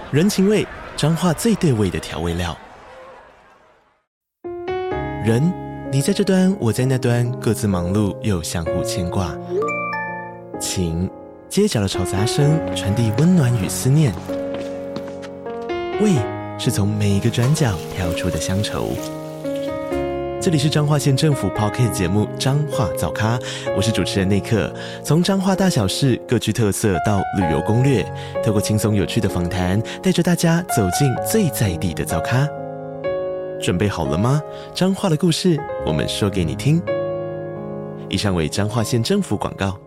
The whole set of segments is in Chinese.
人情味，彰化最对味的调味料。人，你在这端，我在那端，各自忙碌又相互牵挂。情，街角的吵杂声传递温暖与思念。味，是从每一个转角跳出的乡愁。这里是彰化县政府 Podcast 节目《彰化早咖》，我是主持人内克。从彰化大小事各具特色到旅游攻略，透过轻松有趣的访谈，带着大家走进最在地的早咖。准备好了吗？彰化的故事，我们说给你听。以上为彰化县政府广告。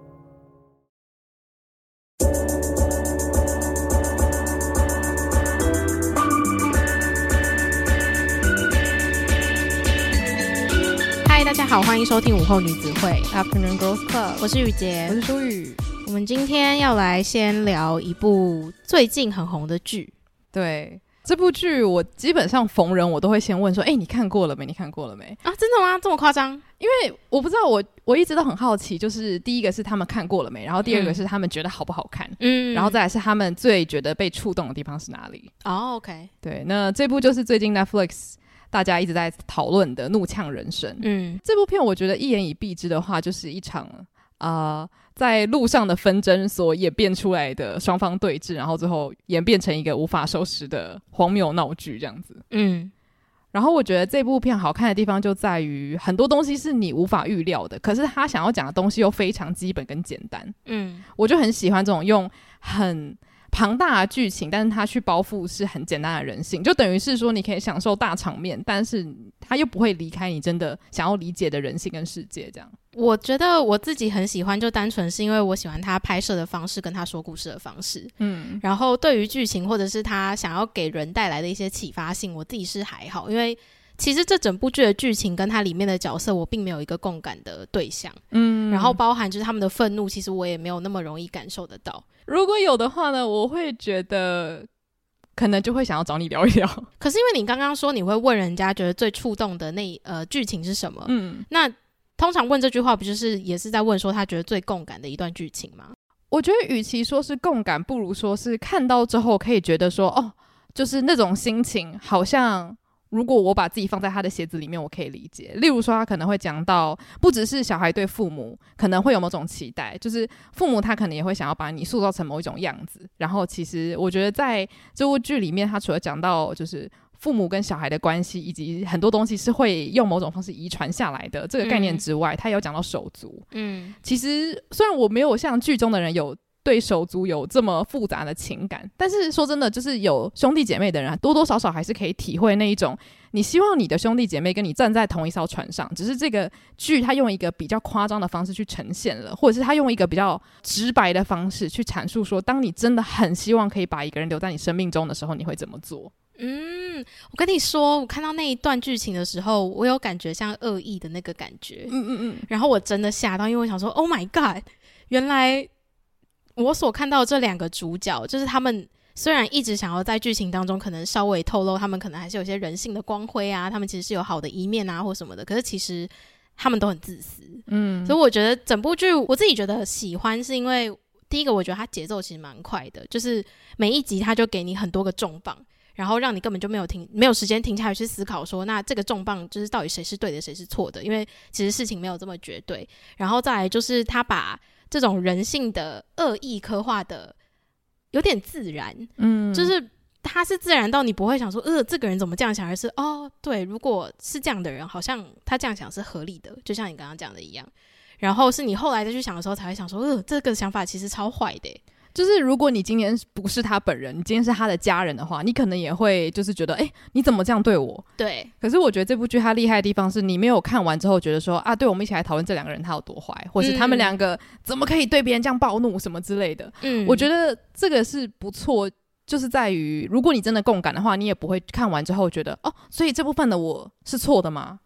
大家好，欢迎收听午后女子会 Afternoon Girls Club， 我是雨洁， 我是舒雨。 我们今天要来先聊一部最近很红的剧。 对，这部剧我基本上逢人我都会先问说，你看过了没？你看过了没？ 啊，真的吗？这么夸张？ 因为我不知道，我一直都很好奇，就是第一个是他们看过了没，然后第二个是他们觉得好不好看，然后再来是他们最觉得被触动的地方是哪里。 OK。对， 那这部就是最近 Netflix大家一直在讨论的《怒呛人生》。这部片我觉得一言以蔽之的话，就是一场在路上的纷争所演变出来的双方对峙，然后最后演变成一个无法收拾的荒谬闹剧这样子。然后我觉得这部片好看的地方就在于很多东西是你无法预料的，可是他想要讲的东西又非常基本跟简单。我就很喜欢这种用很庞大的剧情，但是他去包覆是很简单的人性，就等于是说你可以享受大场面，但是他又不会离开你真的想要理解的人性跟世界这样。 我觉得我自己很喜欢，就单纯是因为我喜欢他拍摄的方式跟他说故事的方式。然后对于剧情或者是他想要给人带来的一些启发性，我自己是还好，因为其实这整部剧的剧情跟它里面的角色我并没有一个共感的对象。然后包含就是他们的愤怒，其实我也没有那么容易感受得到。 如果有的话呢，我会觉得可能就会想要找你聊一聊。 可是因为你刚刚说你会问人家觉得最触动的剧情是什么，那通常问这句话不就是也是在问说他觉得最共感的一段剧情吗？ 我觉得与其说是共感，不如说是看到之后可以觉得说就是那种心情好像如果我把自己放在他的鞋子里面，我可以理解。例如说他可能会讲到不只是小孩对父母可能会有某种期待，就是父母他可能也会想要把你塑造成某一种样子。然后其实我觉得在这部剧里面，他除了讲到就是父母跟小孩的关系以及很多东西是会用某种方式遗传下来的这个概念之外，他也有讲到手足。其实虽然我没有像剧中的人有对手足有这么复杂的情感，但是说真的，就是有兄弟姐妹的人多多少少还是可以体会那一种你希望你的兄弟姐妹跟你站在同一艘船上，只是这个剧他用一个比较夸张的方式去呈现了，或者是他用一个比较直白的方式去阐述说，当你真的很希望可以把一个人留在你生命中的时候，你会怎么做。 我跟你说，我看到那一段剧情的时候，我有感觉像恶意的那个感觉。然后我真的吓到，因为我想说 Oh my god， 原来我所看到的这两个主角，就是他们虽然一直想要在剧情当中可能稍微透露他们可能还是有些人性的光辉啊，他们其实是有好的一面啊或什么的，可是其实他们都很自私。所以我觉得整部剧我自己觉得喜欢，是因为第一个我觉得它节奏其实蛮快的，就是每一集它就给你很多个重磅，然后让你根本就没有时间停下来去思考说，那这个重磅就是到底谁是对的谁是错的，因为其实事情没有这么绝对。然后再来就是他把这种人性的恶意刻画的有点自然，就是他是自然到你不会想说这个人怎么这样想，而是对，如果是这样的人好像他这样想是合理的，就像你刚刚讲的一样。然后是你后来再去想的时候才会想说这个想法其实超坏的耶。 就是如果你今天不是他本人，你今天是他的家人的话，你可能也会就是觉得你怎么这样对我。 对， 可是我觉得这部剧它厉害的地方是你没有看完之后觉得说对，我们一起来讨论这两个人他有多坏，或是他们两个怎么可以对别人这样暴怒什么之类的。我觉得这个是不错，就是在于如果你真的共感的话，你也不会看完之后觉得所以这部分的我是错的吗？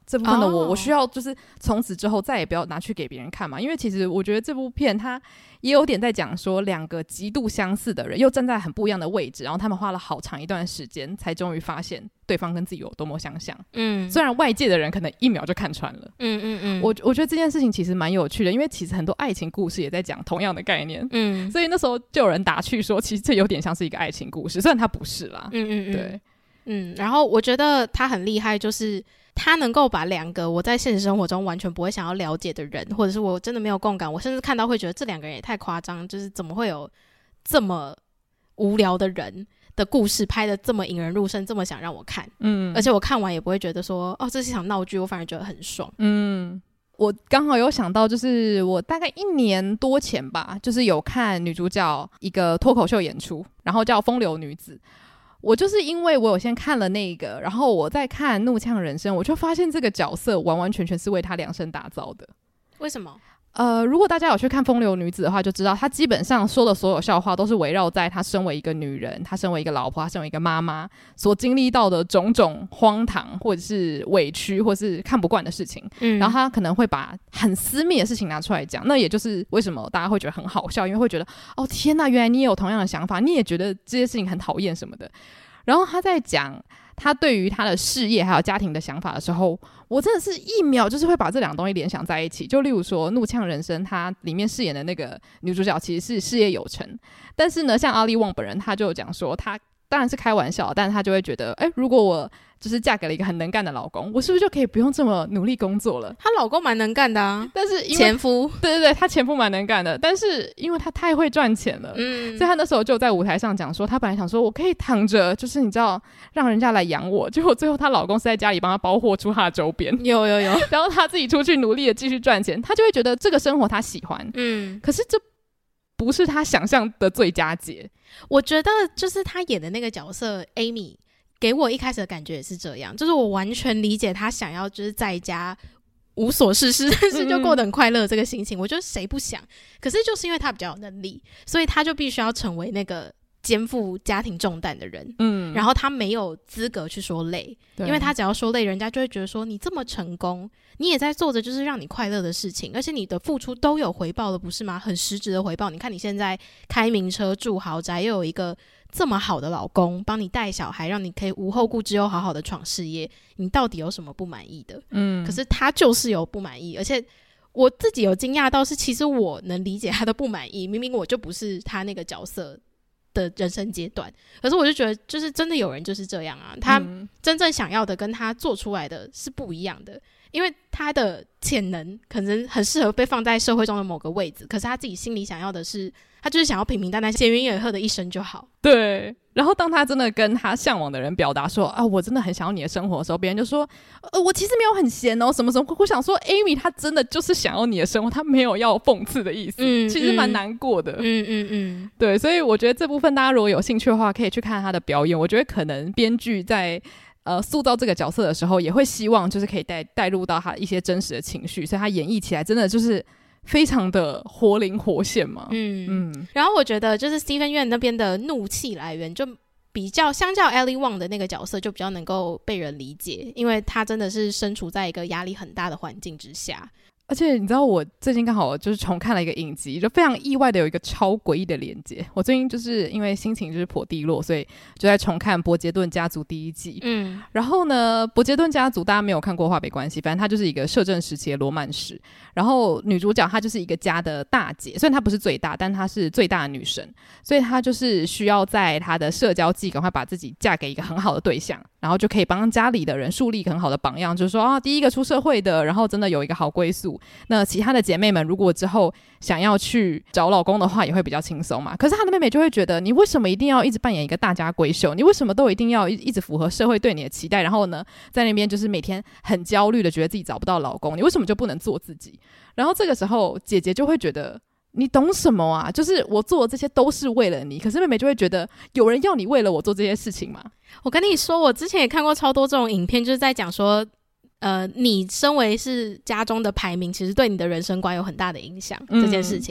这部分的我需要就是从此之后再也不要拿去给别人看嘛，因为其实我觉得这部片它也有点在讲说两个极度相似的人又站在很不一样的位置，然后他们花了好长一段时间才终于发现对方跟自己有多么相像。虽然外界的人可能1秒就看穿了。我觉得这件事情其实蛮有趣的，因为其实很多爱情故事也在讲同样的概念。所以那时候就有人打趣说其实这有点像是一个爱情故事，虽然它不是啦。对。 然后我觉得他很厉害，就是他能够把两个我在现实生活中完全不会想要了解的人，或者是我真的没有共感，我甚至看到会觉得这两个人也太夸张，就是怎么会有这么无聊的人的故事拍得这么引人入胜，这么想让我看。而且我看完也不会觉得说这是一场闹剧，我反而觉得很爽。我刚好有想到，就是我大概1年多前吧，就是有看女主角一个脱口秀演出，然后叫风流女子。我就是因为我有先看了那个，然后我在看怒呛人生，我就发现这个角色完完全全是为他量身打造的。 为什么？ 如果大家有去看风流女子的话就知道，她基本上说的所有笑话都是围绕在她身为一个女人，她身为一个老婆，她身为一个妈妈所经历到的种种荒唐或者是委屈或是看不惯的事情。然后她可能会把很私密的事情拿出来讲，那也就是为什么大家会觉得很好笑，因为会觉得天哪，原来你也有同样的想法，你也觉得这些事情很讨厌什么的。然后她在讲他对于他的事业还有家庭的想法的时候，我真的是1秒就是会把这两个东西联想在一起。就例如说怒呛人生，他里面饰演的那个女主角其实是事业有成，但是呢像阿丽旺本人他就讲说，他当然是开玩笑，但是他就会觉得如果我就是嫁给了一个很能干的老公，我是不是就可以不用这么努力工作了？ 她老公蛮能干的啊， 但是因为前夫， 对，他前夫蛮能干的，但是因为他太会赚钱了，所以他那时候就在舞台上讲说，他本来想说我可以躺着，就是你知道让人家来养我，结果最后她老公是在家里帮她包货出她的周边， 有， 然后她自己出去努力的继续赚钱，她就会觉得这个生活她喜欢，可是这不是她想象的最佳解。 我觉得就是她演的那个角色 Amy给我一开始的感觉也是这样，就是我完全理解他想要就是在家无所事事但是就过得很快乐这个心情，我觉得谁不想，可是就是因为他比较有能力，所以他就必须要成为那个肩负家庭重担的人。然后他没有资格去说累，因为他只要说累，人家就会觉得说你这么成功，你也在做着就是让你快乐的事情，而且你的付出都有回报了，不是吗？很实质的回报。你看你现在开名车住豪宅，又有一个这么好的老公帮你带小孩，让你可以无后顾之忧好好的闯事业，你到底有什么不满意的？可是他就是有不满意，而且我自己有惊讶到是，其实我能理解他的不满意，明明我就不是他那个角色的人生阶段，可是我就觉得就是真的有人就是这样啊，他真正想要的跟他做出来的是不一样的，因为他的潜能可能很适合被放在社会中的某个位置，可是他自己心里想要的是他就是想要平平淡淡闲云野鹤的一生就好。 对，然后当他真的跟他向往的人表达说我真的很想要你的生活的时候，别人就说我其实没有很闲哦什么什么。我想说 Amy 她真的就是想要你的生活，她没有要讽刺的意思，其实蛮难过的。对，所以我觉得这部分大家如果有兴趣的话可以去看他的表演，我觉得可能编剧在塑造这个角色的时候也会希望就是可以带入到他一些真实的情绪，所以他演绎起来真的就是非常的活灵活现嘛。 然后我觉得就是 Steven Yeun 那边的怒气来源就比较相较 Ellie Wong 的那个角色就比较能够被人理解，因为他真的是身处在一个压力很大的环境之下。 而且你知道我最近刚好就是重看了一个影集，就非常意外的有一个超诡异的连结。我最近就是因为心情就是颇低落，所以就在重看伯杰顿家族第1季。然后呢伯杰顿家族大家没有看过的话没关系，反正它就是一个摄政时期的罗曼史，然后女主角她就是一个家的大姐，虽然她不是最大，但她是最大的女神，所以她就是需要在她的社交季赶快把自己嫁给一个很好的对象，然后就可以帮家里的人树立一个很好的榜样，就是说第一个出社会的，然后真的有一个好归宿，那其他的姐妹们如果之后想要去找老公的话也会比较轻松嘛。可是她的妹妹就会觉得你为什么一定要一直扮演一个大家闺秀，你为什么都一定要一直符合社会对你的期待，然后呢在那边就是每天很焦虑的觉得自己找不到老公，你为什么就不能做自己？然后这个时候姐姐就会觉得你懂什么啊，就是我做的这些都是为了你，可是妹妹就会觉得有人要你为了我做这些事情吗？ 我跟你说我之前也看过超多这种影片，就是在讲说你身为是家中的排名其实对你的人生观有很大的影响，这件事情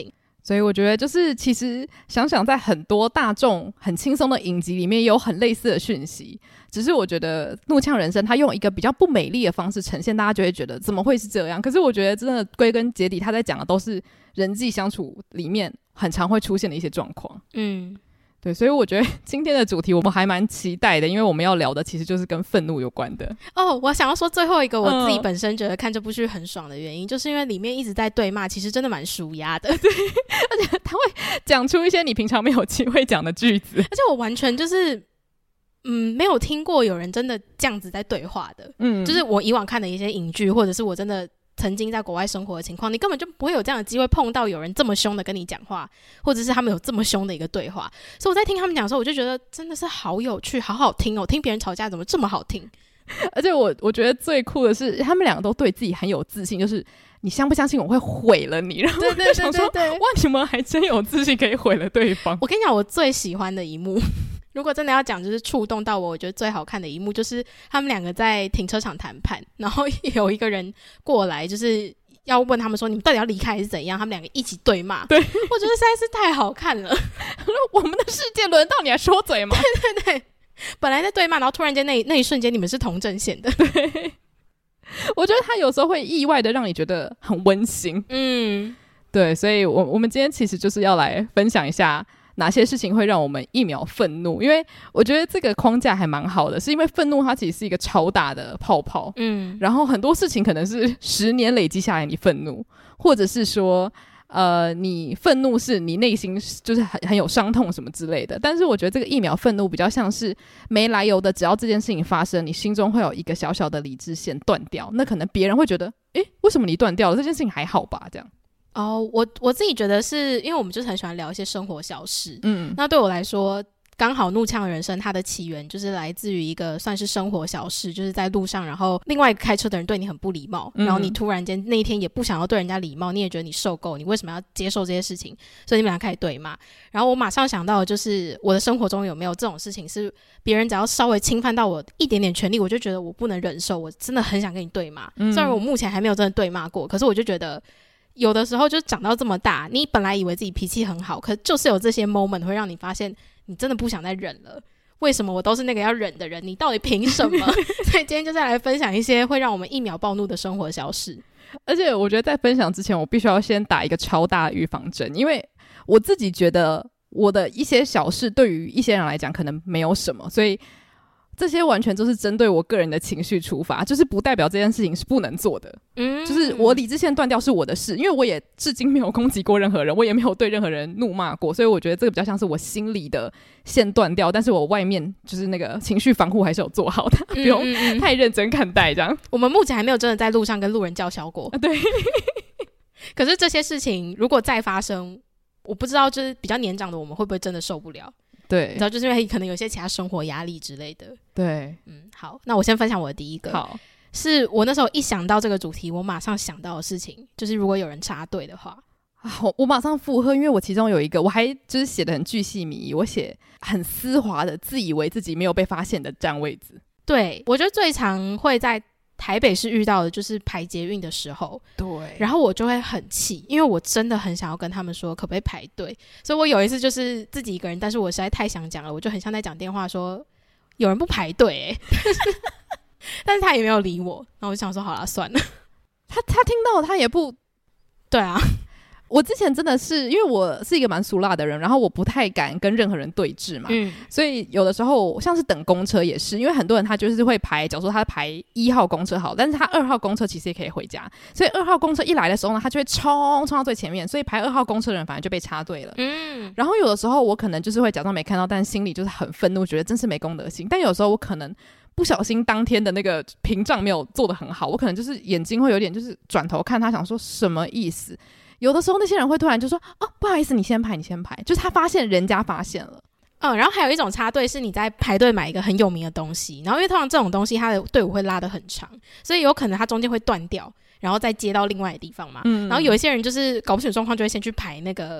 所以我觉得就是其实想想在很多大众很轻松的影集里面也有很类似的讯息，只是我觉得怒呛人生他用一个比较不美丽的方式呈现，大家就会觉得怎么会是这样，可是我觉得真的归根结底他在讲的都是人际相处里面很常会出现的一些状况。对，所以我觉得今天的主题我们还蛮期待的，因为我们要聊的其实就是跟愤怒有关的。 我想要说最后一个我自己本身觉得看这部剧很爽的原因，就是因为里面一直在对骂，其实真的蛮抒压的。对， 而且他会讲出一些你平常没有机会讲的句子， 而且我完全就是没有听过有人真的这样子在对话的。就是我以往看的一些影剧，或者是我真的曾经在国外生活的情况，你根本就不会有这样的机会碰到有人这么凶的跟你讲话，或者是他们有这么凶的一个对话。所以我在听他们讲的时候，我就觉得真的是好有趣，好好听哦！听别人吵架怎么这么好听？ 而且我觉得最酷的是，他们两个都对自己很有自信，就是你相不相信我会毁了你？然后我就想说，哇，你们还真有自信可以毁了对方。 我跟你讲，我最喜欢的一幕。如果真的要讲就是触动到我觉得最好看的一幕，就是他们两个在停车场谈判，然后有一个人过来就是要问他们说你们到底要离开还是怎样，他们两个一起对骂。 对， 我觉得实在是太好看了。 我们的世界轮到你来说嘴吗？ 对对对，本来在对骂，然后突然间那一瞬间你们是同阵线的。 对，我觉得他有时候会意外的让你觉得很温馨。对，所以我们今天其实就是要来分享一下哪些事情会让我们一秒愤怒，因为我觉得这个框架还蛮好的，是因为愤怒它其实是一个超大的泡泡，然后很多事情可能是10年累积下来你愤怒，或者是说你愤怒是你内心就是很有伤痛什么之类的，但是我觉得这个一秒愤怒比较像是没来由的，只要这件事情发生，你心中会有一个小小的理智线断掉，那可能别人会觉得为什么你断掉了，这件事情还好吧，这样。 我自己觉得是因为我们就是很喜欢聊一些生活小事，那对我来说刚好怒呛人生它的起源就是来自于一个算是生活小事，就是在路上然后另外一个开车的人对你很不礼貌，然后你突然间那一天也不想要对人家礼貌，你也觉得你受够，你为什么要接受这些事情，所以你们俩开始对骂。然后我马上想到的就是我的生活中有没有这种事情是别人只要稍微侵犯到我一点点权利，我就觉得我不能忍受，我真的很想跟你对骂。虽然我目前还没有真的对骂过，可是我就觉得有的时候就长到这么大，你本来以为自己脾气很好，可就是有这些 moment 会让你发现你真的不想再忍了，为什么我都是那个要忍的人，你到底凭什么？所以今天就再来分享一些会让我们一秒暴怒的生活小事。 而且我觉得在分享之前我必须要先打一个超大的预防针，因为我自己觉得我的一些小事对于一些人来讲可能没有什么，所以这些完全就是针对我个人的情绪出发，就是不代表这件事情是不能做的。就是我理智线断掉是我的事，因为我也至今没有攻击过任何人，我也没有对任何人怒骂过，所以我觉得这个比较像是我心里的线断掉，但是我外面就是那个情绪防护还是有做好的，不用太认真看待这样。 我们目前还没有真的在路上跟路人叫嚣过， 对。 可是这些事情如果再发生，我不知道就是比较年长的我们会不会真的受不了。 对， 你知道就是因为可能有些其他生活压力之类的。 对， 好，那我先分享我的第一个。 好， 是我那时候一想到这个主题，我马上想到的事情就是如果有人插队的话。 我马上附和，因为我其中有一个我还就是写得很巨细靡遗，我写很丝滑的自以为自己没有被发现的占位置。 对，我觉得最常会在台北市遇到的就是排捷运的时候， 对， 然后我就会很气，因为我真的很想要跟他们说可不可以排队，所以我有一次就是自己一个人，但是我实在太想讲了，我就很像在讲电话说有人不排队但是他也没有理我，然后我就想说好啦算了， 他听到他也不对啊。 我之前真的是因为我是一个蛮俗辣的人，然后我不太敢跟任何人对峙嘛，所以有的时候像是等公车也是，因为很多人他就是会排，假如说他排1号公车好，但是他2号公车其实也可以回家，所以2号公车一来的时候呢，他就会冲到最前面，所以排2号公车的人反而就被插队了。然后有的时候我可能就是会假装没看到，但心里就是很愤怒，觉得真是没公德心。但有时候我可能不小心当天的那个屏障没有做得很好，我可能就是眼睛会有点就是转头看他，想说什么意思。有的时候那些人会突然就说不好意思你先排，就是他发现人家发现了。 然后还有一种插队是你在排队买一个很有名的东西，然后因为通常这种东西它的队伍会拉得很长，所以有可能它中间会断掉，然后再接到另外的地方嘛。然后有一些人就是搞不清楚状况，就会先去排那个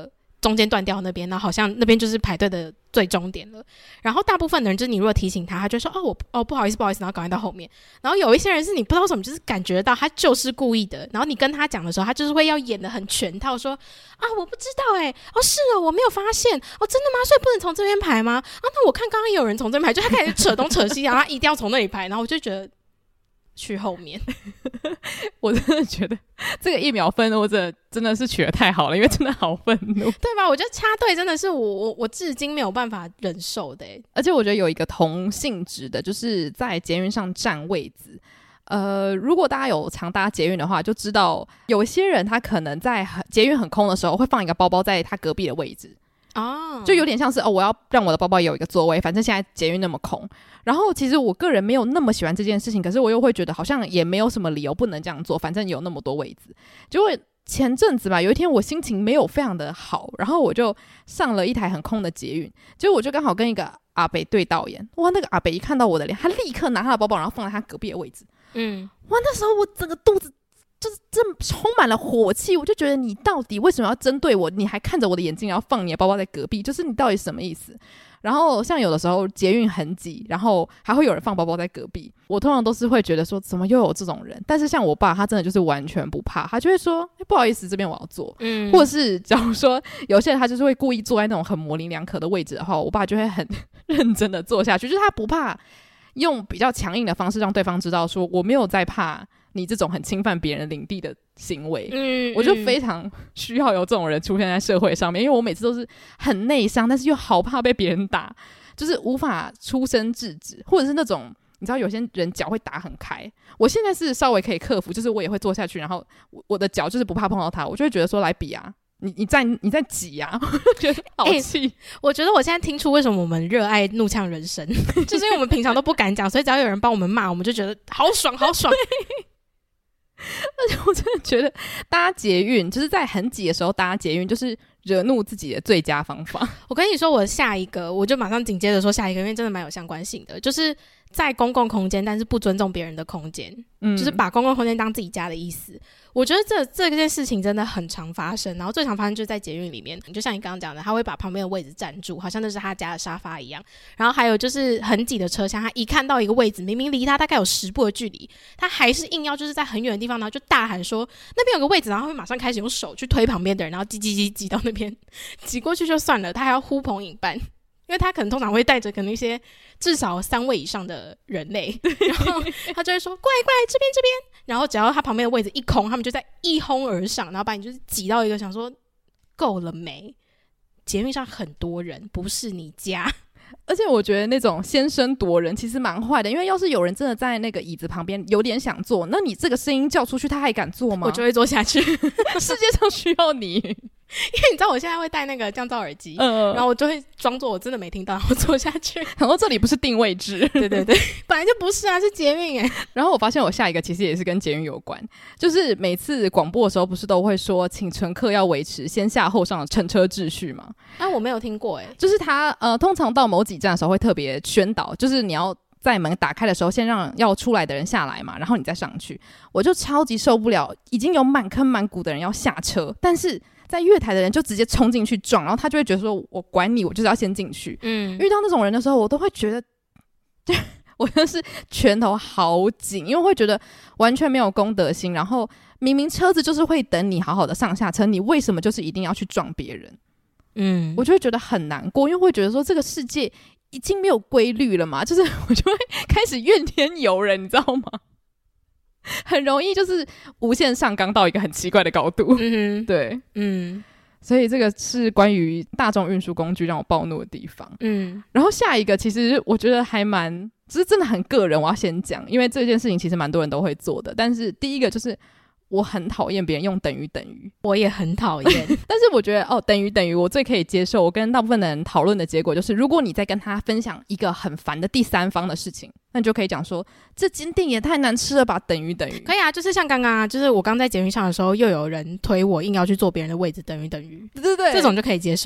中间断掉那边，然后好像那边就是排队的最终点了。然后大部分的人就是你如果提醒他，他就说不好意思，然后赶快到后面。然后有一些人是你不知道为什么，就是感觉到他就是故意的，然后你跟他讲的时候，他就是会要演得很全套，说我不知道是我没有发现真的吗？所以不能从这边排吗？那我看刚刚也有人从这边排，就他开始扯东扯西，然后他一定要从那里排，然后我就觉得去后面。 我真的觉得这个1秒愤怒真的是取得太好了，因为真的好愤怒， 对吧？我觉得插队真的是我至今没有办法忍受的而且我觉得有一个同性质的，就是在捷运上占位子。如果大家有常搭捷运的话，就知道有些人他可能在捷运很空的时候会放一个包包在他隔壁的位置就有点像是我要让我的包包有一个座位，反正现在捷运那么空。然后其实我个人没有那么喜欢这件事情，可是我又会觉得好像也没有什么理由不能这样做，反正有那么多位置。结果前阵子吧，有一天我心情没有非常的好，然后我就上了一台很空的捷运，结果我就刚好跟一个阿伯对到眼。哇，那个阿伯一看到我的脸，他立刻拿他的包包然后放在他隔壁的位置。哇，那时候我整个肚子就是真充满了火气，我就觉得你到底为什么要针对我？你还看着我的眼睛，然后放你的包包在隔壁，就是你到底什么意思？然后像有的时候捷运很挤，然后还会有人放包包在隔壁，我通常都是会觉得说怎么又有这种人。但是像我爸他真的就是完全不怕，他就会说不好意思这边我要坐或者是假如说有些人他就是会故意坐在那种很模棱两可的位置的话，我爸就会很认真的坐下去，就是他不怕用比较强硬的方式让对方知道说我没有在怕你这种很侵犯别人领地的行为我就非常需要有这种人出现在社会上面，因为我每次都是很内伤，但是又好怕被别人打，就是无法出声制止，或者是那种你知道有些人脚会打很开，我现在是稍微可以克服，就是我也会坐下去，然后我的脚就是不怕碰到他，我就会觉得说来比啊，你在挤啊，觉得好气我觉得我现在听出为什么我们热爱怒呛人生就是因为我们平常都不敢讲，所以只要有人帮我们骂，我们就觉得好爽好爽而且我真的觉得搭捷运就是在很挤的时候搭捷运就是惹怒自己的最佳方法。 我跟你说我下一个，我就马上紧接着说下一个，因为真的蛮有相关性的，就是在公共空间但是不尊重别人的空间就是把公共空间当自己家的意思。我觉得这件事情真的很常发生，然后最常发生就是在捷运里面，就像你刚刚讲的，他会把旁边的位置占住，好像那是他家的沙发一样。然后还有就是很挤的车厢，他一看到一个位置明明离他大概有10步的距离，他还是硬要就是在很远的地方，然后就大喊说那边有个位置，然后会马上开始用手去推旁边的人，然后挤到那边，挤过去就算了，他还要呼朋引伴，因为他可能通常会带着可能一些至少3位以上的人类，然后他就会说过来这边，然后只要他旁边的位置一空，他们就在一哄而上，然后把你就是挤到一个想说够了没，捷运上很多人不是你家。 而且我觉得那种先声夺人其实蛮坏的，因为要是有人真的在那个椅子旁边有点想坐，那你这个声音叫出去他还敢坐吗？ 我就会坐下去世界上需要你因为你知道我现在会戴那个降噪耳机然后我就会装作我真的没听到，然后坐下去然后这里不是定位置对对对，本来就不是啊，是捷运耶。 然后我发现我下一个其实也是跟捷运有关，就是每次广播的时候不是都会说请乘客要维持先下后上的乘车秩序吗？ 我没有听过耶。 就是他通常到某几站的时候会特别宣导，就是你要在门打开的时候先让要出来的人下来嘛，然后你再上去。我就超级受不了，已经有满坑满谷的人要下车，但是在月台的人就直接冲进去撞，然后他就会觉得说我管你，我就是要先进去遇到那种人的时候我都会觉得我真的是拳头好紧，因为会觉得完全没有公德心，然后明明车子就是会等你好好的上下车，你为什么就是一定要去撞别人？我就会觉得很难过，因为会觉得说这个世界已经没有规律了嘛，就是我就会开始怨天尤人，你知道吗？很容易就是无限上纲到一个很奇怪的高度对所以这个是关于大众运输工具让我暴怒的地方然后下一个其实我觉得还蛮就是真的很个人，我要先讲，因为这件事情其实蛮多人都会做的，但是第一个就是我很讨厌别人用等于， 我也很讨厌但是我觉得等于我最可以接受，我跟大部分的人讨论的结果就是如果你在跟他分享一个很烦的第三方的事情，那你就可以讲说这间店也太难吃了吧，等于可以啊，就是像刚刚就是我刚在捷运上的时候又有人推我硬要去坐别人的位置，等于对，这种就可以接受。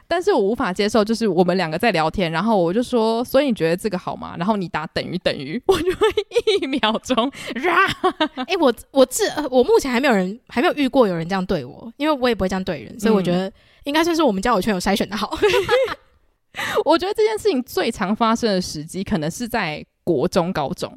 但是我无法接受就是我们两个在聊天，然后我就说所以你觉得这个好吗，然后你打等于等于，我就会1秒钟我目前还没有遇过有人这样对我，因为我也不会这样对人，所以我觉得应该算是我们交友圈有筛选的好我觉得这件事情最常发生的时机可能是在国中高中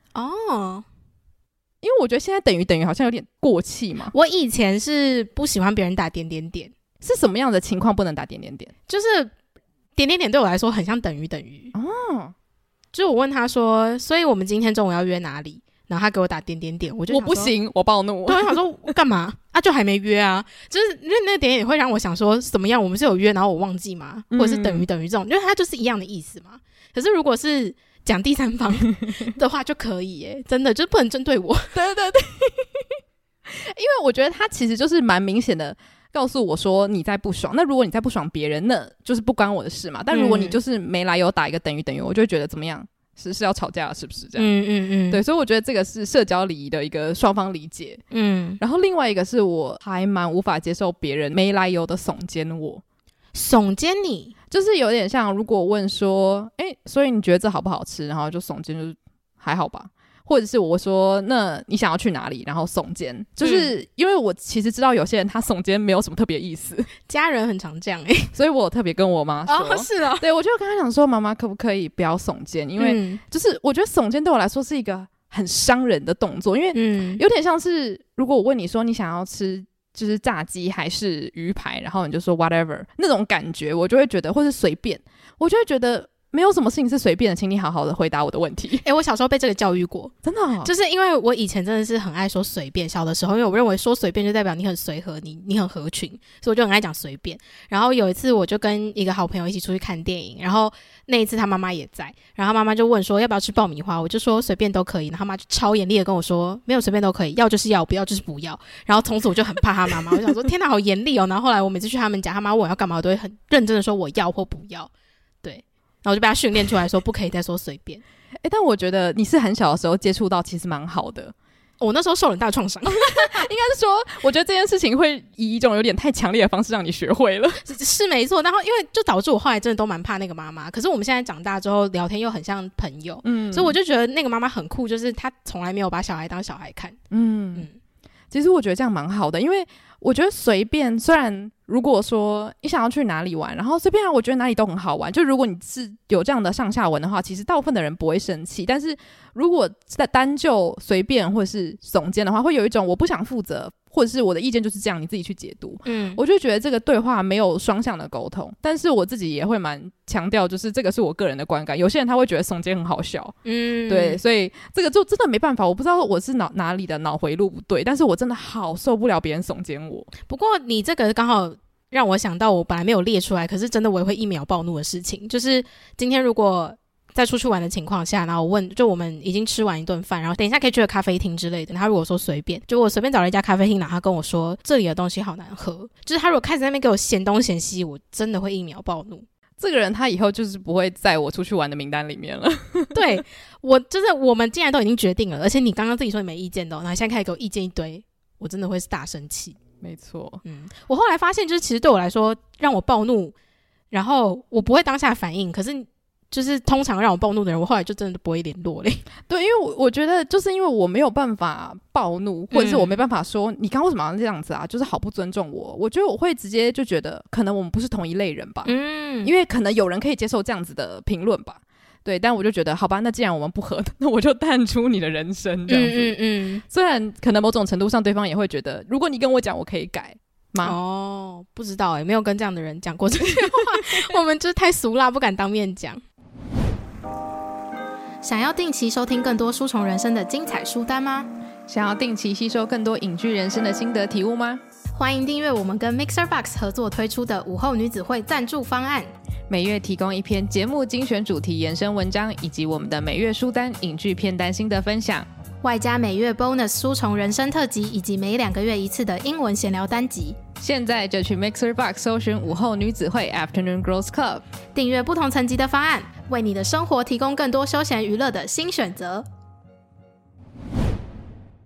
因为我觉得现在等于等于好像有点过气嘛。 我以前是不喜欢别人打点点点。 是什么样的情况不能打点点点？ 就是点点点对我来说很像等于等于就是我问他说所以我们今天中午要约哪里，然后他给我打点点点，我就想说我不行，我暴怒。 对，我想说干嘛啊，就还没约啊，就是因为那个点点会让我想说怎么样，我们是有约然后我忘记吗，或者是等于等于这种，因为它就是一样的意思嘛。可是如果是讲第三方的话就可以耶真的就不能针对我对因为我觉得他其实就是蛮明显的告诉我说你在不爽，那如果你在不爽别人那就是不关我的事嘛，但如果你就是没来由打一个等于等于，我就会觉得怎么样是要吵架了是不是这样对，所以我觉得这个是社交礼仪的一个双方理解然后另外一个是我还蛮无法接受别人没来由的耸肩我。 耸肩你就是有点像如果我问说所以你觉得这好不好吃，然后就耸肩就是还好吧，或者是我说那你想要去哪里，然后耸肩，就是因为我其实知道有些人他耸肩没有什么特别意思， 家人很常这样所以我特别跟我妈说是哦， 对，我就跟她讲说妈妈可不可以不要耸肩，因为就是我觉得耸肩对我来说是一个很伤人的动作，因为有点像是如果我问你说你想要吃就是炸鸡还是鱼排，然后你就说 whatever 那种感觉，我就会觉得或是随便，我就会觉得没有什么事情是随便的，请你好好的回答我的问题。 我小时候被这个教育过， 真的就是因为我以前真的是很爱说随便，小的时候因为我认为说随便就代表你很随和，你很合群，所以我就很爱讲随便。然后有一次我就跟一个好朋友一起出去看电影，然后那一次他妈妈也在，然后妈妈就问说要不要吃爆米花，我就说随便都可以，然后他妈就超严厉的跟我说没有随便都可以，要就是要，不要就是不要。然后从此我就很怕他妈妈我就想说天哪好严厉哦。然后后来我每次去他们家，他妈问我要干嘛，我都会很认真的说我要或不要，对，然后我就被他训练出来说不可以再说随便但我觉得你是很小的时候接触到其实蛮好的。 我那时候受很大创伤应该是说我觉得这件事情会以一种有点太强烈的方式让你学会了是没错，然后因为就导致我后来真的都蛮怕那个妈妈，可是我们现在长大之后聊天又很像朋友所以我就觉得那个妈妈很酷，就是她从来没有把小孩当小孩看其实我觉得这样蛮好的，因为我觉得随便，虽然如果说你想要去哪里玩，然后随便我觉得哪里都很好玩，就如果你是有这样的上下文的话，其实大部分的人不会生气，但是如果在单就随便或者是耸肩的话，会有一种我不想负责，或者是我的意见就是这样，你自己去解读我就觉得这个对话没有双向的沟通。但是我自己也会蛮强调，就是这个是我个人的观感，有些人他会觉得耸肩很好笑对，所以这个就真的没办法，我不知道我是哪里的脑回路不对，但是我真的好受不了别人耸肩我。 不过你这个刚好让我想到我本来没有列出来，可是真的我也会1秒暴怒的事情，就是今天如果在出去玩的情况下，然后我问就我们已经吃完一顿饭，然后等一下可以去个咖啡厅之类的，他如果说随便，就我随便找了一家咖啡厅，然后他跟我说这里的东西好难喝，就是他如果开始在那边给我嫌东嫌西，我真的会1秒暴怒。 这个人他以后就是不会在我出去玩的名单里面了对，我就是我们既然都已经决定了，而且你刚刚自己说你没意见的然后现在开始给我意见一堆，我真的会是大生气。 没错我后来发现就是其实对我来说让我暴怒，然后我不会当下反应，可是就是通常让我暴怒的人，我后来就真的不会联络嘞。 对，因为我觉得就是因为我没有办法暴怒，或者是我没办法说你刚为什么要这样子啊，就是好不尊重我。我觉得我会直接就觉得可能我们不是同一类人吧因为可能有人可以接受这样子的评论吧。对，但我就觉得好吧，那既然我们不合，那我就淡出你的人生这样子虽然可能某种程度上对方也会觉得如果你跟我讲我可以改吗？ 不知道没有跟这样的人讲过这些话我们就是太俗辣不敢当面讲。想要定期收听更多书虫人生的精彩书单吗？ 想要定期吸收更多影剧人生的心得体悟吗？ 欢迎订阅我们跟 MixerBox 合作推出的午后女子会赞助方案， 每月提供一篇节目精选主题延伸文章，以及我们的每月书单影剧片单心得分享， 外加每月 bonus 书虫人生特辑，以及每2个月一次的英文闲聊单集。 现在就去 MixerBox 搜寻午后女子会 Afternoon Girls Club， 订阅不同层级的方案，为你的生活提供更多休闲娱乐的新选择。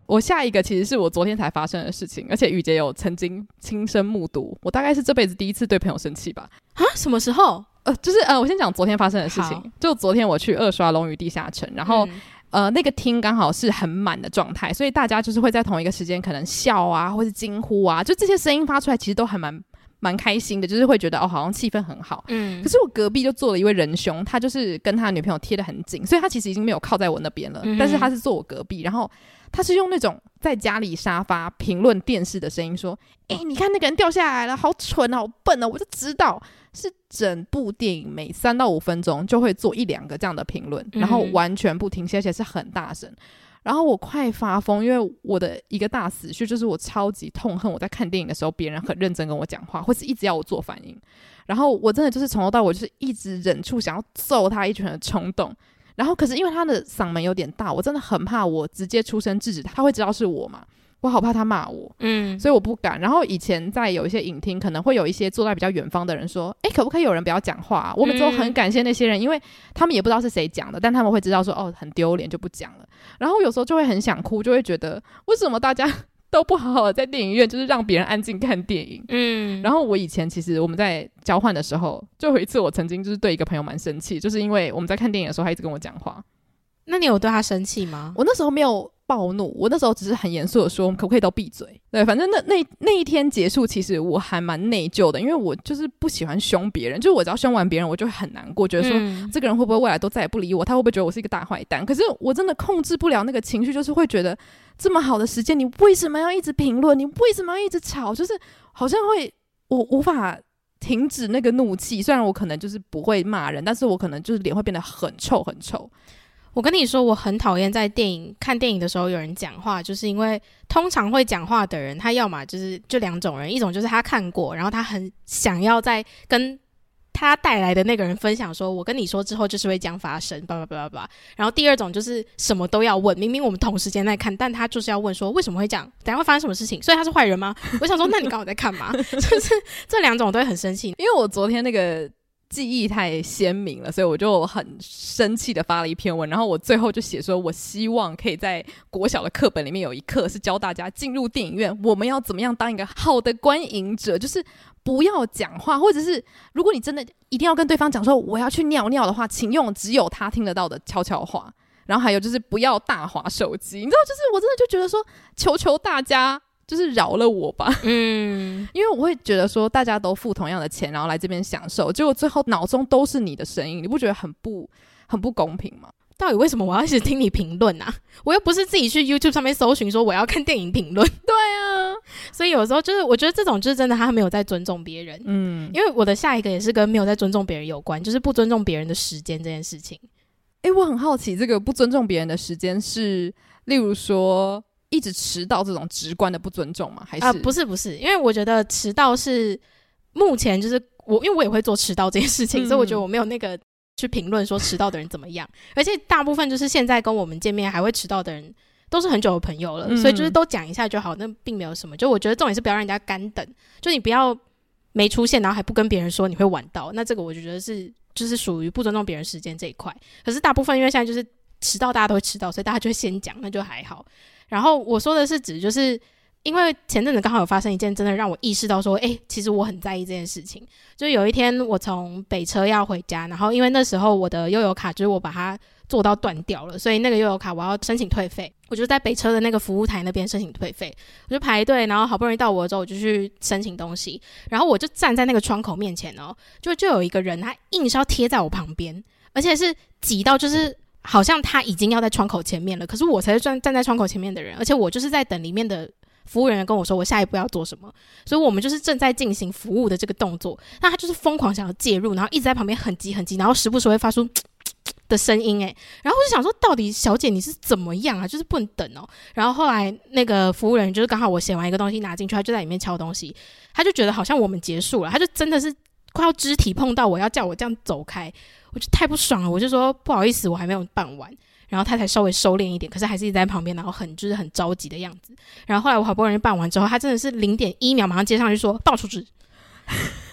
我下一个其实是我昨天才发生的事情，而且雨杰有曾经亲身目睹，我大概是这辈子第一次对朋友生气吧。 啊？什么时候？ 就是我先讲昨天发生的事情。就昨天我去二刷龙与地下城，然后那个厅刚好是很满的状态，所以大家就是会在同一个时间可能笑啊，或是惊呼啊，就这些声音发出来，其实都还蛮开心的，就是会觉得好像气氛很好。可是我隔壁就坐了一位仁兄，他就是跟他女朋友贴得很紧，所以他其实已经没有靠在我那边了，但是他是坐我隔壁，然后他是用那种在家里沙发评论电视的声音说：“你看那个人掉下来了，好蠢好笨哦！”我就知道是整部电影每3到5分钟就会做1-2个这样的评论，然后完全不停歇，而且是很大声。然后我快发疯，因为我的一个大死穴就是我超级痛恨我在看电影的时候别人很认真跟我讲话，或是一直要我做反应，然后我真的就是从头到尾就是一直忍住想要揍他一拳的冲动。然后可是因为他的嗓门有点大，我真的很怕我直接出声制止他，他会知道是我嘛，我好怕他骂我，所以我不敢。然后以前在有一些影厅可能会有一些坐在比较远方的人说可不可以有人不要讲话啊？我们都很感谢那些人，因为他们也不知道是谁讲的，但他们会知道说很丢脸就不讲了。然后有时候就会很想哭，就会觉得为什么大家都不好好的在电影院就是让别人安静看电影。然后我以前其实我们在交换的时候，就有一次我曾经就是对一个朋友蛮生气，就是因为我们在看电影的时候他一直跟我讲话。 那你有对他生气吗？ 我那时候没有暴怒，我那时候只是很严肃的说可不可以都闭嘴。对，反正那一天结束其实我还蛮内疚的，因为我就是不喜欢凶别人，就是我只要凶完别人我就会很难过，觉得说这个人会不会未来都再也不理我，他会不会觉得我是一个大坏蛋。可是我真的控制不了那个情绪，就是会觉得这么好的时间你为什么要一直评论，你为什么要一直吵，就是好像会我无法停止那个怒气。虽然我可能就是不会骂人，但是我可能就是脸会变得很臭很臭。 我跟你说，我很讨厌在看电影的时候有人讲话，就是因为通常会讲话的人，他要么就2种人，一种就是他看过，然后他很想要再跟他带来的那个人分享说，我跟你说之后就是会这样发生，叭叭叭叭叭。然后第二种就是什么都要问，明明我们同时间在看，但他就是要问说为什么会这样，等一下会发生什么事情，所以他是坏人吗？我想说，那你刚好在看嘛？就是这2种我都会很生气， 因为我昨天那个记忆太鲜明了，所以我就很生气的发了一篇文，然后我最后就写说我希望可以在国小的课本里面有一课是教大家进入电影院我们要怎么样当一个好的观影者，就是不要讲话，或者是如果你真的一定要跟对方讲说我要去尿尿的话，请用只有他听得到的悄悄话，然后还有就是不要大滑手机。你知道，就是我真的就觉得说求求大家就是饶了我吧。因为我会觉得说大家都付同样的钱然后来这边享受，结果最后脑中都是你的声音，你不觉得很不公平吗？ 到底为什么我要一直听你评论啊？我又不是自己去 YouTube 上面搜寻说我要看电影评论。 对啊， 所以有时候就是我觉得这种就是真的他没有在尊重别人。因为我的下一个也是跟没有在尊重别人有关，就是不尊重别人的时间这件事情。 我很好奇这个不尊重别人的时间是例如说一直迟到这种直观的不尊重吗？还是不是，因为我觉得迟到是目前就是因为我也会做迟到这件事情，所以我觉得我没有那个去评论说迟到的人怎么样。而且大部分就是现在跟我们见面还会迟到的人都是很久的朋友了，所以就是都讲一下就好，那并没有什么。就我觉得重点是不要让人家干等，就你不要没出现然后还不跟别人说你会晚到，那这个我就觉得是就是属于不尊重别人时间这一块。可是大部分因为现在就是迟到大家都会迟到，所以大家就会先讲，那就还好。然后我说的是指就是因为前阵子刚好有发生一件真的让我意识到说其实我很在意这件事情。就有一天我从北车要回家，然后因为那时候我的悠游卡就是我把它做到断掉了，所以那个悠游卡我要申请退费，我就在北车的那个服务台那边申请退费，我就排队，然后好不容易到我之后我就去申请东西，然后我就站在那个窗口面前就有一个人他硬是要贴在我旁边，而且是挤到就是好像他已经要在窗口前面了，可是我才是站在窗口前面的人，而且我就是在等里面的服务人员跟我说我下一步要做什么，所以我们就是正在进行服务的这个动作，那他就是疯狂想要介入，然后一直在旁边很急很急，然后时不时会发出的声音然后我就想说到底小姐你是怎么样啊，就是不能等然后后来那个服务人员就是刚好我写完一个东西拿进去，他就在里面敲东西，他就觉得好像我们结束了，他就真的是快要肢体碰到我，要叫我这样走开，我就太不爽了，我就说不好意思我还没有办完，然后他才稍微收敛一点，可是还是一直在旁边，然后就是很着急的样子。然后后来我好不容易办完之后，他真的是0.1秒马上接上去说报出去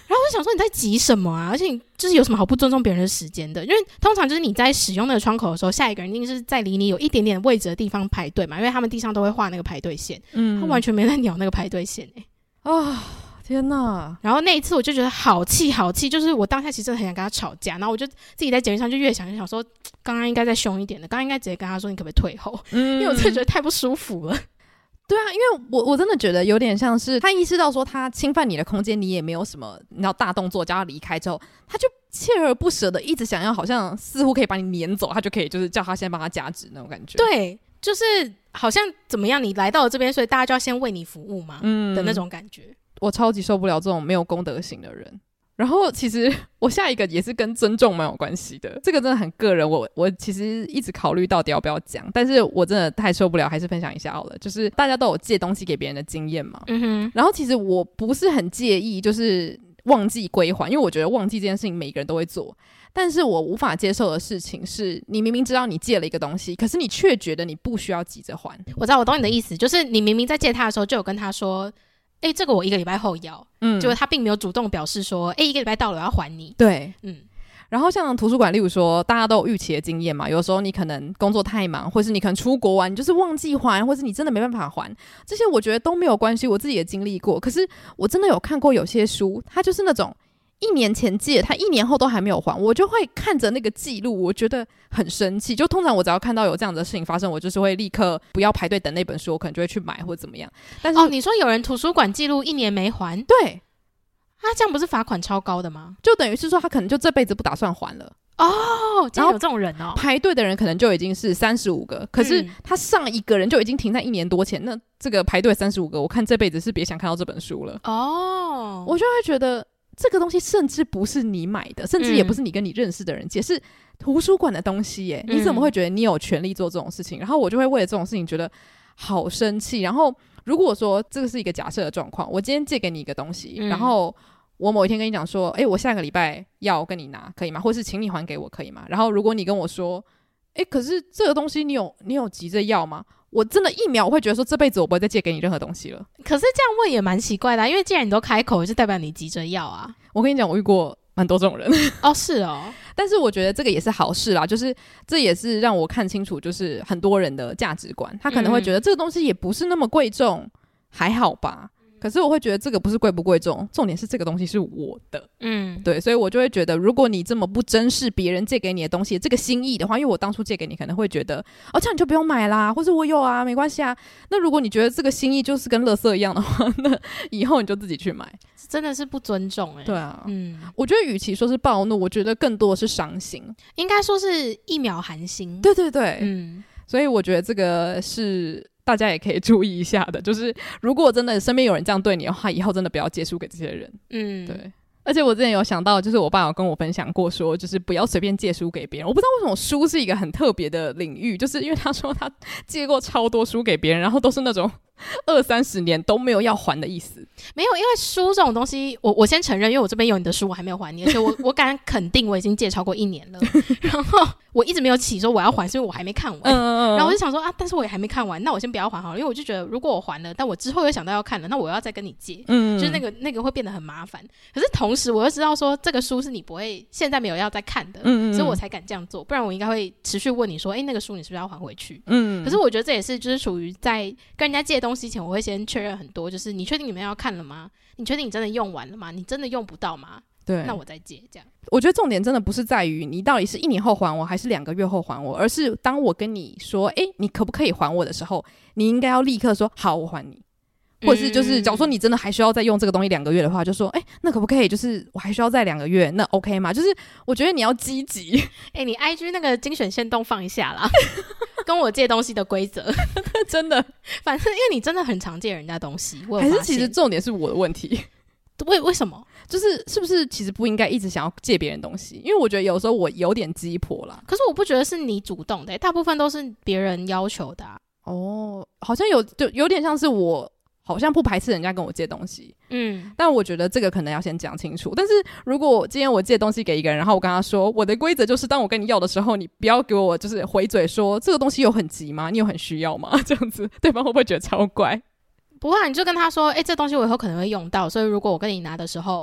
然后我就想说你在急什么啊？而且你就是有什么好不尊重别人的时间的？因为通常就是你在使用那个窗口的时候，下一个人一定是在离你有一点点位置的地方排队嘛，因为他们地上都会画那个排队线，他完全没在鸟那个排队线天哪！ 然后那一次我就觉得好气，就是我当下其实真的很想跟他吵架，然后我就自己在节目上就越想就想说，刚刚应该再凶一点的，刚刚应该直接跟他说你可不可以退后，因为我真的觉得太不舒服了。 对啊，因为我真的觉得有点像是他意识到说他侵犯你的空间，你也没有什么你知道大动作，叫他离开之后，他就锲而不舍的一直想要，好像似乎可以把你撵走，他就可以就是叫他先帮他加值那种感觉。 对，就是好像怎么样，你来到了这边，所以大家就要先为你服务嘛，的那种感觉。我超级受不了这种没有公德心的人。然后其实我下一个也是跟尊重蛮有关系的，这个真的很个人，我其实一直考虑到底要不要讲，但是我真的太受不了，还是分享一下好了。就是大家都有借东西给别人的经验嘛，然后其实我不是很介意就是忘记归还，因为我觉得忘记这件事情每个人都会做，但是我无法接受的事情是你明明知道你借了一个东西，可是你却觉得你不需要急着还。 我知道，我懂你的意思，就是你明明在借他的时候就有跟他说这个我1个礼拜后要，结果他并没有主动表示说1个礼拜到了我要还你。 对，然后像图书馆，例如说大家都有预期的经验嘛，有时候你可能工作太忙，或是你可能出国玩，你就是忘记还，或是你真的没办法还，这些我觉得都没有关系，我自己也经历过。可是我真的有看过有些书，它就是那种1年前借，他1年后都还没有还，我就会看着那个记录，我觉得很生气。就通常我只要看到有这样的事情发生，我就是会立刻不要排队等那本书，我可能就会去买或者怎么样。但是你说有人图书馆记录1年没还， 对， 他这样不是罚款超高的吗？ 就等于是说他可能就这辈子不打算还了。 竟然有这种人排队的人可能就已经是35个，可是他上一个人就已经停在1年多前，那这个排队35个，我看这辈子是别想看到这本书了。我就会觉得这个东西甚至不是你买的，甚至也不是你跟你认识的人借，是图书馆的东西耶，你怎么会觉得你有权利做这种事情？然后我就会为了这种事情觉得好生气。然后如果说这个是一个假设的状况，我今天借给你一个东西，然后我某一天跟你讲说我下个礼拜要跟你拿可以吗？或是请你还给我可以吗？然后如果你跟我说可是这个东西你有急着要吗？我真的1秒我会觉得说这辈子我不会再借给你任何东西了。 可是这样问也蛮奇怪的因为既然你都开口，就代表你急着要啊。 我跟你讲，我遇过蛮多这种人是但是我觉得这个也是好事啦，就是这也是让我看清楚就是很多人的价值观，他可能会觉得这个东西也不是那么贵重，还好吧。可是我会觉得这个不是贵不贵重，重点是这个东西是我的。对，所以我就会觉得如果你这么不珍视别人借给你的东西这个心意的话，因为我当初借给你可能会觉得这样你就不用买啦，或是我有啊没关系啊，那如果你觉得这个心意就是跟垃圾一样的话，那以后你就自己去买， 真的是不尊重对啊，我觉得与其说是暴怒，我觉得更多的是伤心， 应该说是1秒寒心。 对对对，所以我觉得这个是大家也可以注意一下的，就是如果真的身边有人这样对你的话，以后真的不要借书给这些人。对。而且我之前有想到，就是我爸有跟我分享过说，就是不要随便借书给别人。我不知道为什么书是一个很特别的领域，就是因为他说他借过超多书给别人，然后都是那种20-30年都没有要还的意思。 没有，因为书这种东西，我先承认，因为我这边有你的书，我还没有还你，而且我敢肯定我已经借超过1年了。然后我一直没有起说我要还，是因为我还没看完。然后我就想说但是我也还没看完，那我先不要还好了，因为我就觉得如果我还了，但我之后又想到要看了，那我要再跟你借，就是那个会变得很麻烦。可是同时我又知道说这个书是你不会现在没有要再看的，所以我才敢这样做，不然我应该会持续问你说那个书你是不是要还回去。可是我觉得这也是就是属于在跟人家借东西前，我会先确认很多，就是你确定你们要看了吗？你确定你真的用完了吗？你真的用不到吗？对，那我再借。这样我觉得重点真的不是在于你到底是1年后还我还是2个月后还我，而是当我跟你说你可不可以还我的时候，你应该要立刻说好我还你，或者是就是假如说你真的还需要再用这个东西2个月的话，就说那可不可以就是我还需要再2个月，那 OK 吗？就是我觉得你要积极你 IG 那个精选限动放一下啦跟我借东西的规则真的反正因为你真的很常借人家东西，我有发现。 还是其实重点是我的问题为什么？ 就是是不是其实不应该一直想要借别人东西？因为我觉得有时候我有点鸡婆啦。 可是我不觉得是你主动的大部分都是别人要求的好像就有点像是我好像不排斥人家跟我借东西，但我觉得这个可能要先讲清楚。但是如果今天我借东西给一个人，然后我跟他说我的规则就是当我跟你要的时候，你不要给我就是回嘴说这个东西有很急吗？你有很需要吗？这样子对方会不会觉得超怪？ 不会你就跟他说这东西我以后可能会用到，所以如果我跟你拿的时候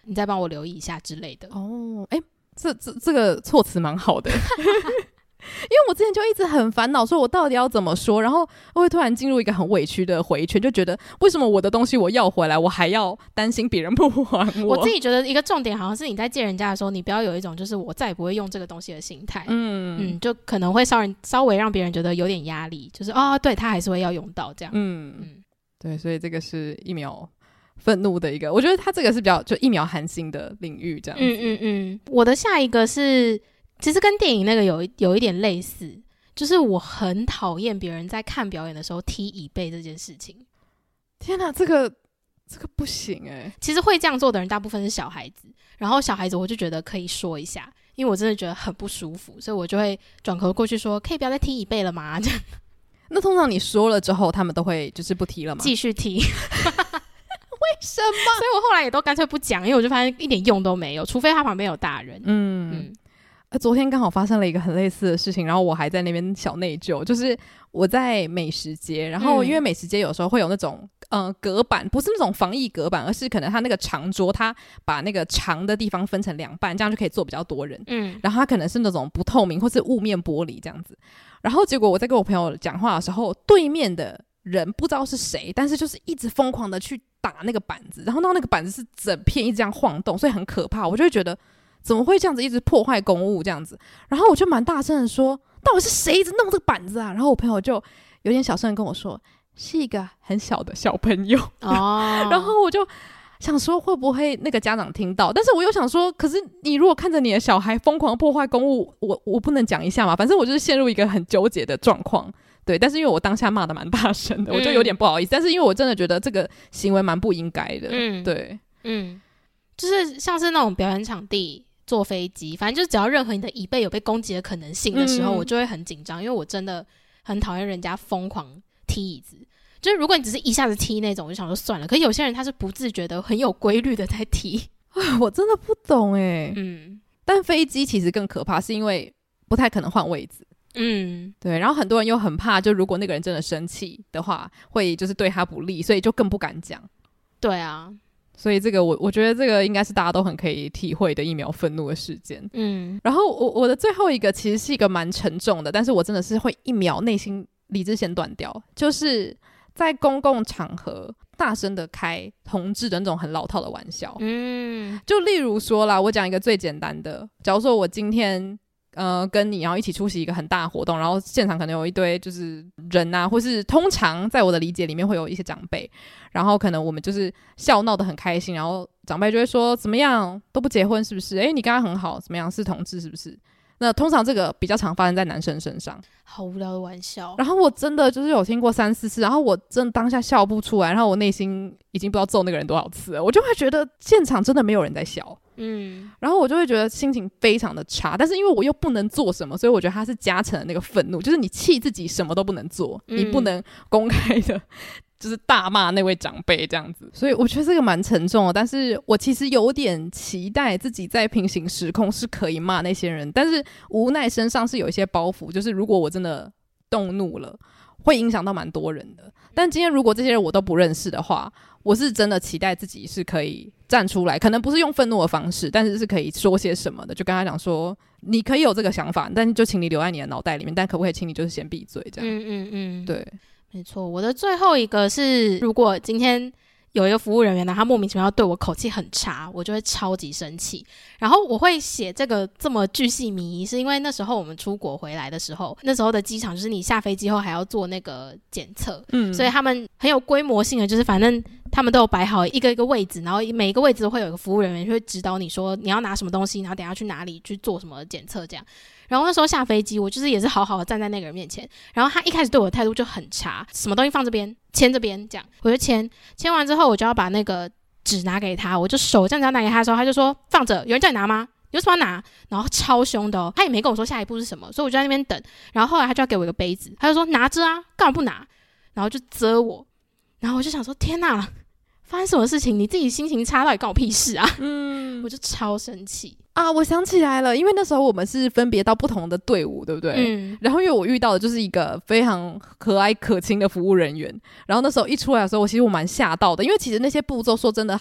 你再帮我留意一下之类的。 哦，这个措辞蛮好的。因为我之前就一直很烦恼，说我到底要怎么说，然后我会突然进入一个很委屈的回圈，就觉得为什么我的东西我要回来，我还要担心别人不还我。 我自己觉得一个重点好像是你在借人家的时候，你不要有一种就是我再也不会用这个东西的心态，就可能会稍微让别人觉得有点压力，就是对他还是会要用到这样。 对，所以这个是一秒愤怒的一个，我觉得他这个是比较就一秒寒心的领域这样子。 我的下一个是其实跟电影那个有一点类似，就是我很讨厌别人在看表演的时候踢椅背这件事情。 天哪，这个不行其实会这样做的人大部分是小孩子，然后小孩子我就觉得可以说一下，因为我真的觉得很不舒服，所以我就会转头过去说可以不要再踢椅背了吗？这样。 那通常你说了之后他们都会就是不踢了吗？ 继续踢。为什么？ 所以我后来也都干脆不讲，因为我就发现一点用都没有，除非他旁边有大人。 昨天刚好发生了一个很类似的事情，然后我还在那边小内疚，就是我在美食街，然后因为美食街有时候会有那种隔板，不是那种防疫隔板，而是可能它那个长桌，它把那个长的地方分成2半，这样就可以坐比较多人。然后它可能是那种不透明或是雾面玻璃这样子。然后结果我在跟我朋友讲话的时候，对面的人不知道是谁，但是就是一直疯狂的去打那个板子，然后那个板子是整片一直这样晃动，所以很可怕。我就会觉得怎么会这样子一直破坏公物这样子，然后我就蛮大声的说到底是谁一直弄这个板子啊？然后我朋友就有点小声的跟我说是一个很小的小朋友。然后我就想说会不会那个家长听到，但是我又想说可是你如果看着你的小孩疯狂破坏公物，我不能讲一下嘛？反正我就是陷入一个很纠结的状况。对，但是因为我当下骂的蛮大声的，我就有点不好意思。但是因为我真的觉得这个行为蛮不应该的。对， 就是像是那种表演场地、坐飞机，反正就是只要任何你的椅背有被攻击的可能性的时候，我就会很紧张，因为我真的很讨厌人家疯狂踢椅子。就是如果你只是一下子踢那种，我就想说算了。可是有些人他是不自觉的、很有规律的在踢， 我真的不懂但飞机其实更可怕，是因为不太可能换位置。对，然后很多人又很怕，就如果那个人真的生气的话，会就是对他不利，所以就更不敢讲。 对啊， 所以这个我觉得这个应该是大家都很可以体会的一秒愤怒的事件。然后我的最后一个其实是一个蛮沉重的，但是我真的是会一秒内心理智线断掉，就是在公共场合大声的开同志的那种很老套的玩笑。就例如说啦，我讲一个最简单的，假如说我今天跟你然后一起出席一个很大的活动，然后现场可能有一堆就是人啊，或是通常在我的理解里面会有一些长辈，然后可能我们就是笑闹得很开心，然后长辈就会说怎么样都不结婚是不是？你跟他很好怎么样是同志是不是？那通常这个比较常发生在男生身上。 好无聊的玩笑。然后我真的就是有听过3-4次，然后我真的当下笑不出来，然后我内心已经不知道揍那个人多少次了，我就会觉得现场真的没有人在笑。然后我就会觉得心情非常的差，但是因为我又不能做什么，所以我觉得他是加成了那个愤怒，就是你气自己什么都不能做，你不能公开的就是大骂那位长辈这样子，所以我觉得这个蛮沉重的。但是我其实有点期待自己在平行时空是可以骂那些人，但是无奈身上是有一些包袱，就是如果我真的动怒了会影响到蛮多人的。但今天如果这些人我都不认识的话，我是真的期待自己是可以站出来，可能不是用愤怒的方式，但是是可以说些什么的，就跟他讲说你可以有这个想法，但就请你留在你的脑袋里面，但可不可以请你就是先闭嘴这样。对， 没错。我的最后一个是，如果今天有一个服务人员呢，他莫名其妙对我口气很差，我就会超级生气。然后我会写这个这么巨细靡遗，是因为那时候我们出国回来的时候，那时候的机场就是你下飞机后还要做那个检测，所以他们很有规模性的，就是反正他们都有摆好一个一个位置，然后每一个位置都会有一个服务人员会指导你说你要拿什么东西，然后等一下去哪里去做什么检测这样。然后那时候下飞机，我就是也是好好的站在那个人面前，然后他一开始对我的态度就很差，什么东西放这边，签这边，这样我就签完之后，我就要把那个纸拿给他，我就手这样子要拿给他的时候，他就说放着，有人叫你拿吗？有什么要拿？然后超凶的他也没跟我说下一步是什么，所以我就在那边等。然后后来他就要给我一个杯子，他就说拿着啊，干嘛不拿？然后就责我，然后我就想说天哪，发生什么事情？你自己心情差到底关我屁事啊？我就超生气啊！我想起来了，因为那时候我们是分别到不同的队伍，对不对？然后因为我遇到的就是一个非常和蔼可亲的服务人员，然后那时候一出来的时候，其实我蛮吓到的，因为其实那些步骤说真的，他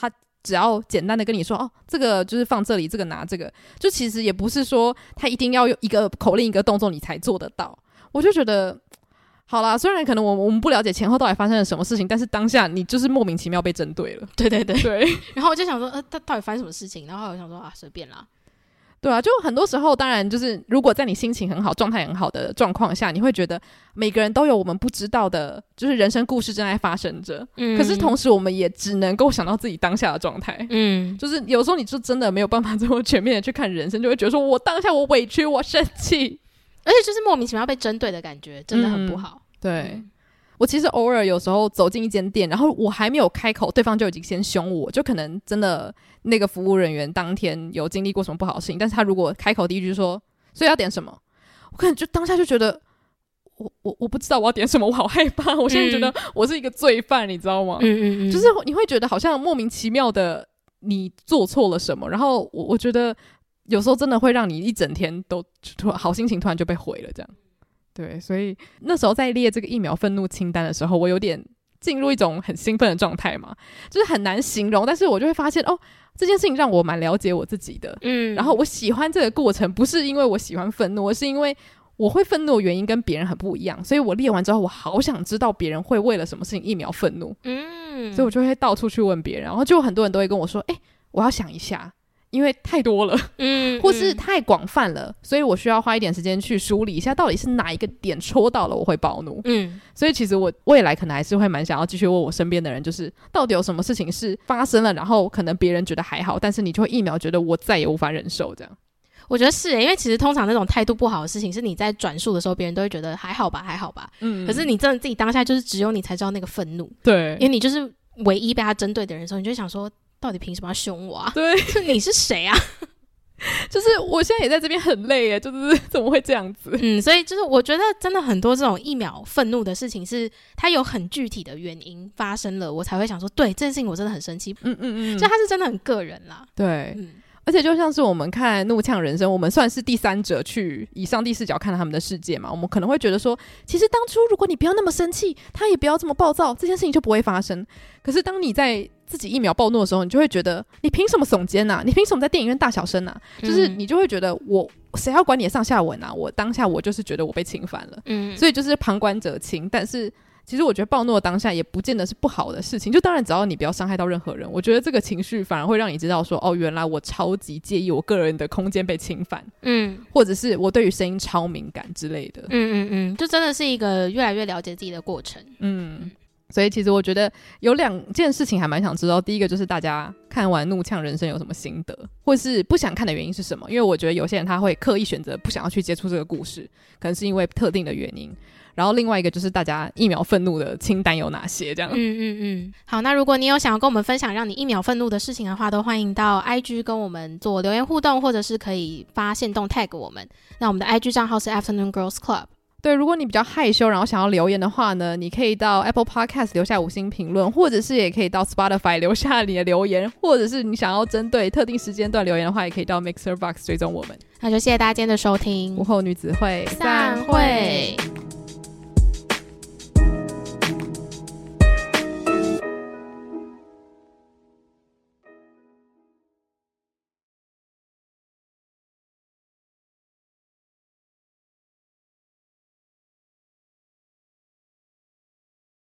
只要简单的跟你说哦，这个就是放这里，这个拿这个，就其实也不是说他一定要有一个口令一个动作你才做得到。我就觉得好啦，虽然可能我们不了解前后到底发生了什么事情，但是当下你就是莫名其妙被针对了。 对对对对。 然后我就想说他到底发生什么事情，然后我想说啊随便啦。 对啊，就很多时候当然就是如果在你心情很好状态很好的状况下，你会觉得每个人都有我们不知道的就是人生故事正在发生着，可是同时我们也只能够想到自己当下的状态，就是有时候你就真的没有办法这么全面的去看人生，就会觉得说我当下我委屈我生气， 而且就是莫名其妙被针对的感觉真的很不好。 对，我其实偶尔有时候走进一间店，然后我还没有开口，对方就已经先凶我，就可能真的那个服务人员当天有经历过什么不好的事情，但是他如果开口第一句说所以要点什么，我可能就当下就觉得我不知道我要点什么，我好害怕，我现在觉得我是一个罪犯，你知道吗？就是你会觉得好像莫名其妙的你做错了什么，然后我觉得有时候真的会让你一整天都好心情突然就被毁了这样。对，所以那时候在列这个1秒愤怒清单的时候，我有点进入一种很兴奋的状态嘛，就是很难形容，但是我就会发现哦，这件事情让我蛮了解我自己的，然后我喜欢这个过程，不是因为我喜欢愤怒，而是因为我会愤怒的原因跟别人很不一样，所以我列完之后，我好想知道别人会为了什么事情1秒愤怒，所以我就会到处去问别人，然后就很多人都会跟我说，我要想一下。因为太多了，或是太广泛了，所以我需要花一点时间去梳理一下到底是哪一个点戳到了我会暴怒。所以其实我未来可能还是会蛮想要继续问我身边的人，就是到底有什么事情是发生了，然后可能别人觉得还好，但是你就会1秒觉得我再也无法忍受这样。 我觉得是因为其实通常那种态度不好的事情是你在转述的时候别人都会觉得还好吧还好吧，可是你真的自己当下就是只有你才知道那个愤怒，对，因为你就是唯一被他针对的人的时候，你就会想说到底凭什么要凶我啊？对，你是谁啊？ 就是我现在也在这边很累耶，就是怎么会这样子？ 所以就是我觉得真的很多这种1秒愤怒的事情是它有很具体的原因发生了，我才会想说对这件事情我真的很生气。所以它是真的很个人啦。 对，而且就像是我们看《怒呛人生》，我们算是第三者去以上帝视角看到他们的世界嘛，我们可能会觉得说其实当初如果你不要那么生气，他也不要这么暴躁，这件事情就不会发生。可是当你在自己1秒暴怒的时候，你就会觉得你凭什么耸肩啊？你凭什么在电影院大小声啊？就是你就会觉得谁要管你的上下文啊？我当下我就是觉得我被侵犯了，所以就是旁观者清。但是其实我觉得暴怒的当下也不见得是不好的事情，就当然只要你不要伤害到任何人，我觉得这个情绪反而会让你知道说哦，原来我超级介意我个人的空间被侵犯，或者是我对于声音超敏感之类的， 就真的是一个越来越了解自己的过程。 所以其实我觉得有2件事情还蛮想知道，第一个就是大家看完《怒呛人生》有什么心得，或是不想看的原因是什么，因为我觉得有些人他会刻意选择不想要去接触这个故事，可能是因为特定的原因。然后另外一个就是大家1秒愤怒的清单有哪些这样。 好，那如果你有想要跟我们分享让你1秒愤怒的事情的话，都欢迎到 IG 跟我们做留言互动，或者是可以发限动 tag 我们。那我们的 IG 账号是 Afternoon Girls Club。 对，如果你比较害羞然后想要留言的话呢，你可以到 Apple Podcast 留下5星评论，或者是也可以到 Spotify 留下你的留言，或者是你想要针对特定时间段留言的话，也可以到 Mixer Box 追踪我们。 那就谢谢大家今天的收听， 午后女子会散会。